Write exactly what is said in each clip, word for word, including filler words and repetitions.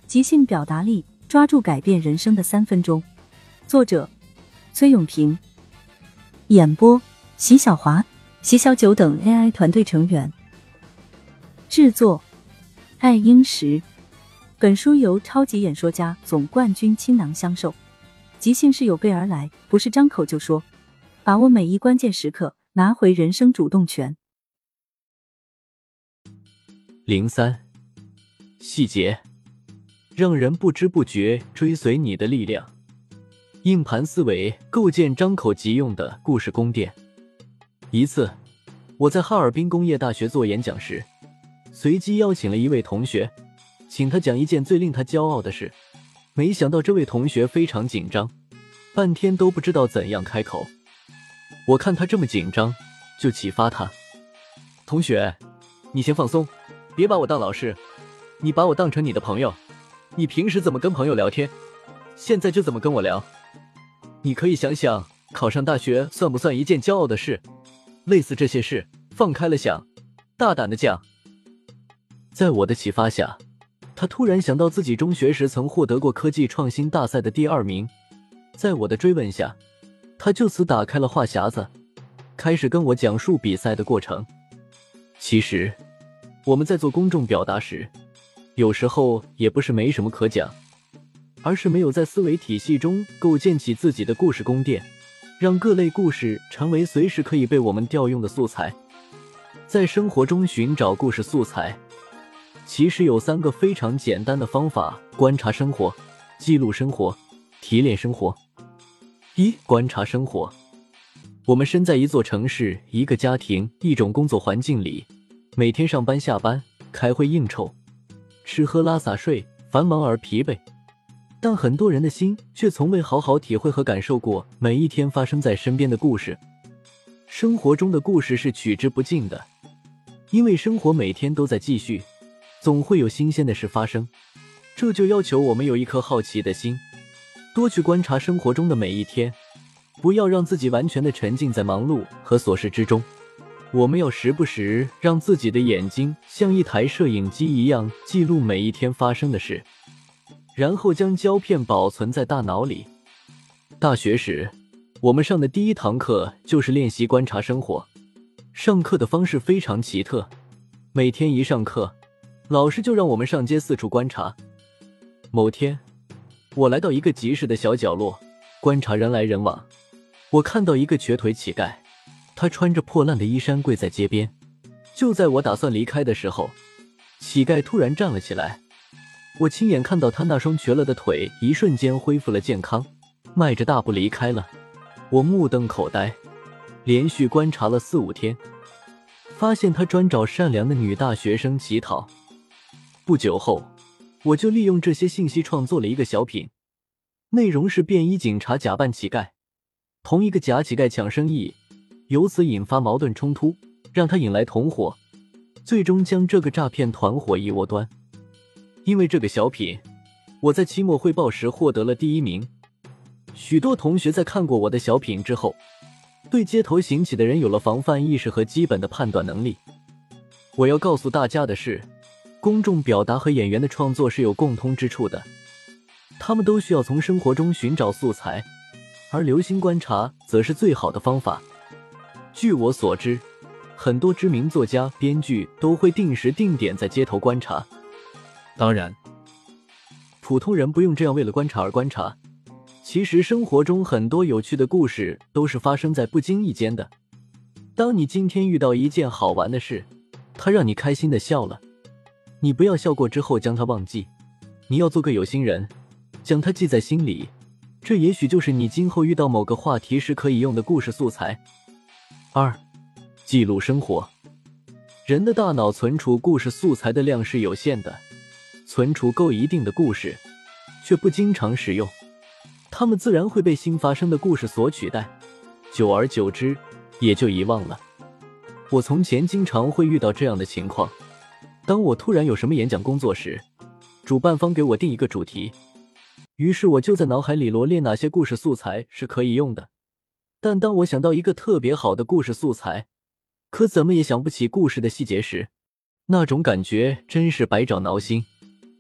即兴表达力，抓住改变人生的三分钟。作者：崔永平，演播：席小华、席小九等 A I 团队成员，制作：爱英石。本书由超级演说家总冠军倾囊相授。即兴是有备而来，不是张口就说。把握每一关键时刻，拿回人生主动权。 零三，细节让人不知不觉追随你的力量。硬盘思维构建张口即用的故事宫殿。一次，我在哈尔滨工业大学做演讲时，随机邀请了一位同学，请他讲一件最令他骄傲的事。没想到这位同学非常紧张，半天都不知道怎样开口。我看他这么紧张，就启发他：同学，你先放松，别把我当老师，你把我当成你的朋友。你平时怎么跟朋友聊天，现在就怎么跟我聊。你可以想想，考上大学算不算一件骄傲的事？类似这些事，放开了想，大胆的讲。在我的启发下，他突然想到自己中学时曾获得过科技创新大赛的第二名。在我的追问下，他就此打开了话匣子，开始跟我讲述比赛的过程。其实，我们在做公众表达时，有时候也不是没什么可讲，而是没有在思维体系中构建起自己的故事宫殿，让各类故事成为随时可以被我们调用的素材。在生活中寻找故事素材，其实有三个非常简单的方法：观察生活、记录生活、提炼生活。一、观察生活。我们身在一座城市、一个家庭、一种工作环境里，每天上班下班、开会应酬、吃喝拉撒睡，繁忙而疲惫。但很多人的心却从未好好体会和感受过每一天发生在身边的故事。生活中的故事是取之不尽的，因为生活每天都在继续，总会有新鲜的事发生。这就要求我们有一颗好奇的心，多去观察生活中的每一天，不要让自己完全的沉浸在忙碌和琐事之中。我们要时不时让自己的眼睛像一台摄影机一样记录每一天发生的事，然后将胶片保存在大脑里。大学时，我们上的第一堂课就是练习观察生活。上课的方式非常奇特，每天一上课，老师就让我们上街四处观察。某天，我来到一个集市的小角落，观察人来人往。我看到一个瘸腿乞丐，他穿着破烂的衣衫跪在街边。就在我打算离开的时候，乞丐突然站了起来。我亲眼看到他那双瘸了的腿一瞬间恢复了健康，迈着大步离开了。我目瞪口呆，连续观察了四五天，发现他专找善良的女大学生乞讨。不久后，我就利用这些信息创作了一个小品，内容是便衣警察假扮乞丐，同一个假乞丐抢生意，由此引发矛盾冲突，让他引来同伙，最终将这个诈骗团伙一窝端。因为这个小品，我在期末汇报时获得了第一名。许多同学在看过我的小品之后，对街头行乞的人有了防范意识和基本的判断能力。我要告诉大家的是，公众表达和演员的创作是有共通之处的，他们都需要从生活中寻找素材，而留心观察则是最好的方法。据我所知，很多知名作家、编剧都会定时定点在街头观察。当然，普通人不用这样为了观察而观察。其实生活中很多有趣的故事都是发生在不经意间的。当你今天遇到一件好玩的事，它让你开心的笑了，你不要笑过之后将它忘记，你要做个有心人，将它记在心里。这也许就是你今后遇到某个话题时可以用的故事素材。二、记录生活。人的大脑存储故事素材的量是有限的，存储够一定的故事，却不经常使用，它们自然会被新发生的故事所取代，久而久之也就遗忘了。我从前经常会遇到这样的情况，当我突然有什么演讲工作时，主办方给我定一个主题，于是我就在脑海里罗列哪些故事素材是可以用的。但当我想到一个特别好的故事素材，可怎么也想不起故事的细节时，那种感觉真是百爪挠心。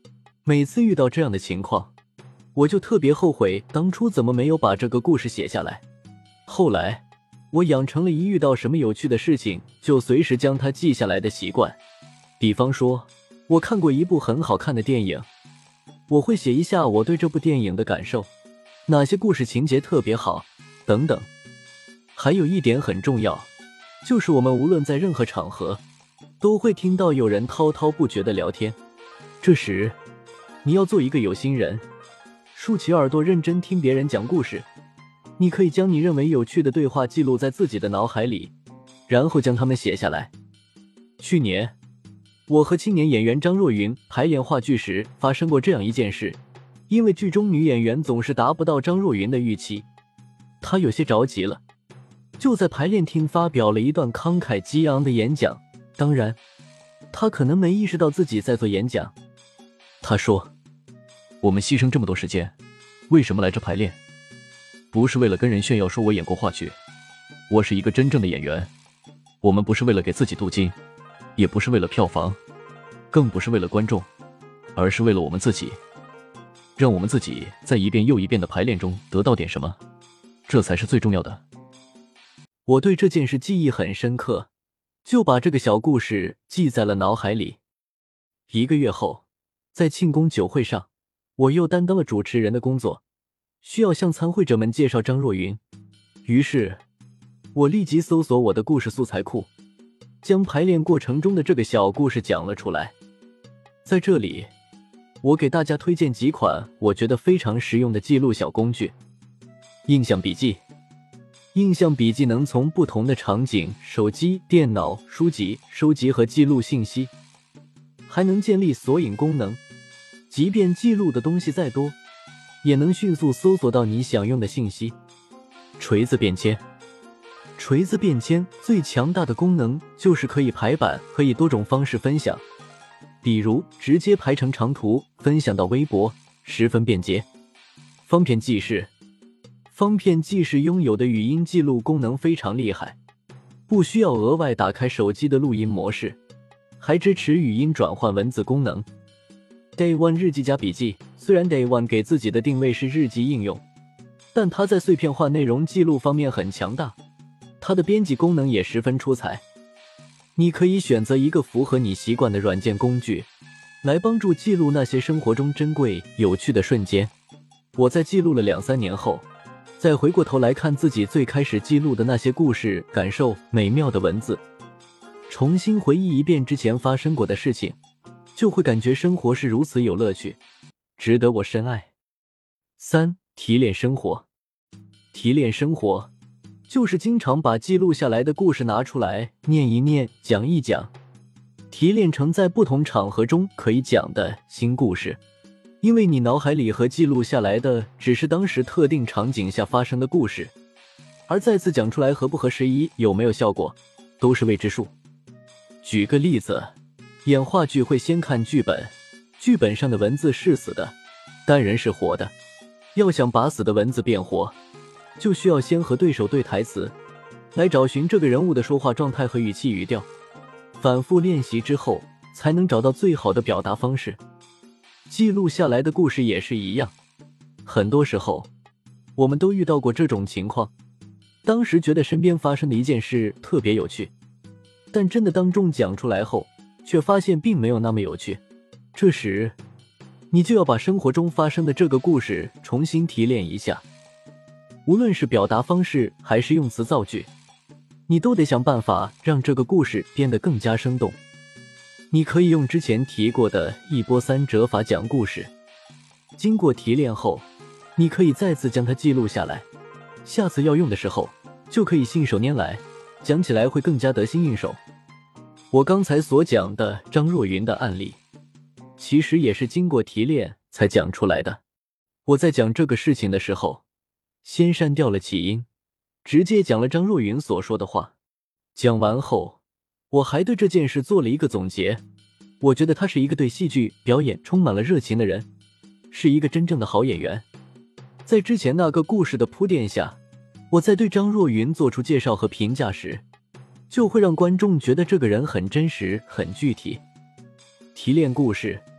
每次遇到这样的情况，我就特别后悔当初怎么没有把这个故事写下来。后来我养成了一遇到什么有趣的事情就随时将它记下来的习惯。比方说，我看过一部很好看的电影，我会写一下我对这部电影的感受，哪些故事情节特别好等等。还有一点很重要，就是我们无论在任何场合都会听到有人滔滔不绝的聊天，这时你要做一个有心人，竖起耳朵认真听别人讲故事。你可以将你认为有趣的对话记录在自己的脑海里，然后将它们写下来。去年我和青年演员张若昀排练话剧时发生过这样一件事，因为剧中女演员总是达不到张若昀的预期，她有些着急了，就在排练厅发表了一段慷慨激昂的演讲。当然，她可能没意识到自己在做演讲。她说，我们牺牲这么多时间，为什么来这排练？不是为了跟人炫耀说我演过话剧，我是一个真正的演员。我们不是为了给自己镀金，也不是为了票房，更不是为了观众，而是为了我们自己，让我们自己在一遍又一遍的排练中得到点什么，这才是最重要的。我对这件事记忆很深刻，就把这个小故事记在了脑海里。一个月后，在庆功酒会上，我又担当了主持人的工作，需要向参会者们介绍张若昀。于是我立即搜索我的故事素材库，将排练过程中的这个小故事讲了出来。在这里，我给大家推荐几款我觉得非常实用的记录小工具。印象笔记。印象笔记能从不同的场景、手机、电脑、书籍收集和记录信息，还能建立索引功能，即便记录的东西再多，也能迅速搜索到你想用的信息。锤子便签。锤子便签最强大的功能就是可以排版，可以多种方式分享，比如直接排成长图分享到微博，十分便捷。方片记事。方片记事拥有的语音记录功能非常厉害，不需要额外打开手机的录音模式，还支持语音转换文字功能。Day One 日记加笔记。虽然 Day One 给自己的定位是日记应用，但它在碎片化内容记录方面很强大，它的编辑功能也十分出彩。你可以选择一个符合你习惯的软件工具，来帮助记录那些生活中珍贵有趣的瞬间。我在记录了两三年后，再回过头来看自己最开始记录的那些故事，感受美妙的文字，重新回忆一遍之前发生过的事情，就会感觉生活是如此有乐趣，值得我深爱。三、提炼生活。提炼生活就是经常把记录下来的故事拿出来念一念，讲一讲，提炼成在不同场合中可以讲的新故事。因为你脑海里和记录下来的只是当时特定场景下发生的故事，而再次讲出来合不合时宜，有没有效果，都是未知数。举个例子，演话剧会先看剧本，剧本上的文字是死的，但人是活的。要想把死的文字变活，就需要先和对手对台词，来找寻这个人物的说话状态和语气语调，反复练习之后，才能找到最好的表达方式。记录下来的故事也是一样，很多时候我们都遇到过这种情况，当时觉得身边发生的一件事特别有趣，但真的当众讲出来后，却发现并没有那么有趣。这时你就要把生活中发生的这个故事重新提炼一下，无论是表达方式还是用词造句，你都得想办法让这个故事变得更加生动。你可以用之前提过的一波三折法讲故事，经过提炼后，你可以再次将它记录下来，下次要用的时候就可以信手拈来，讲起来会更加得心应手。我刚才所讲的张若昀的案例，其实也是经过提炼才讲出来的。我在讲这个事情的时候，先删掉了起因，直接讲了张若昀所说的话。讲完后，我还对这件事做了一个总结。我觉得他是一个对戏剧表演充满了热情的人，是一个真正的好演员。在之前那个故事的铺垫下，我在对张若昀做出介绍和评价时，就会让观众觉得这个人很真实、很具体。提炼故事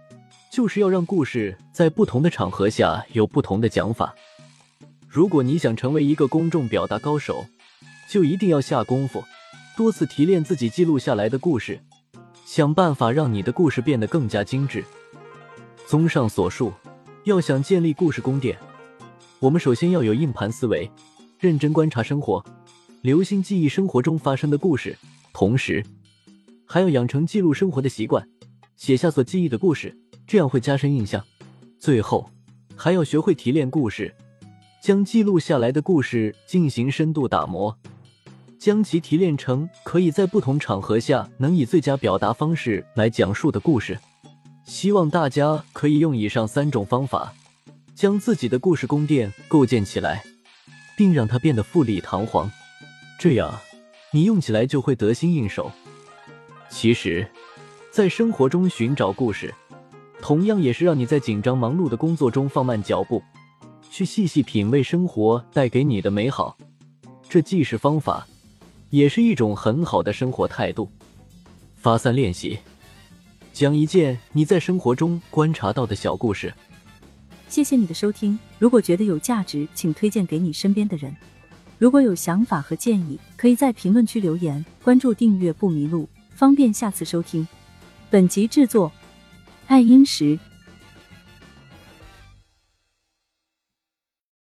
就是要让故事在不同的场合下有不同的讲法。如果你想成为一个公众表达高手，就一定要下功夫，多次提炼自己记录下来的故事，想办法让你的故事变得更加精致。综上所述，要想建立故事宫殿，我们首先要有硬盘思维，认真观察生活，留心记忆生活中发生的故事，同时还要养成记录生活的习惯，写下所记忆的故事，这样会加深印象。最后还要学会提炼故事，将记录下来的故事进行深度打磨，将其提炼成可以在不同场合下能以最佳表达方式来讲述的故事。希望大家可以用以上三种方法，将自己的故事宫殿构建起来，并让它变得富丽堂皇，这样你用起来就会得心应手。其实，在生活中寻找故事，同样也是让你在紧张忙碌的工作中放慢脚步，去细细品味生活带给你的美好。这既是方法，也是一种很好的生活态度。发散练习，讲一件你在生活中观察到的小故事。 谢谢你的收听，如果觉得有价值，请推荐给你身边的人。如果有想法和建议，可以在评论区留言，关注订阅不迷路，方便下次收听。本集制作：爱英石。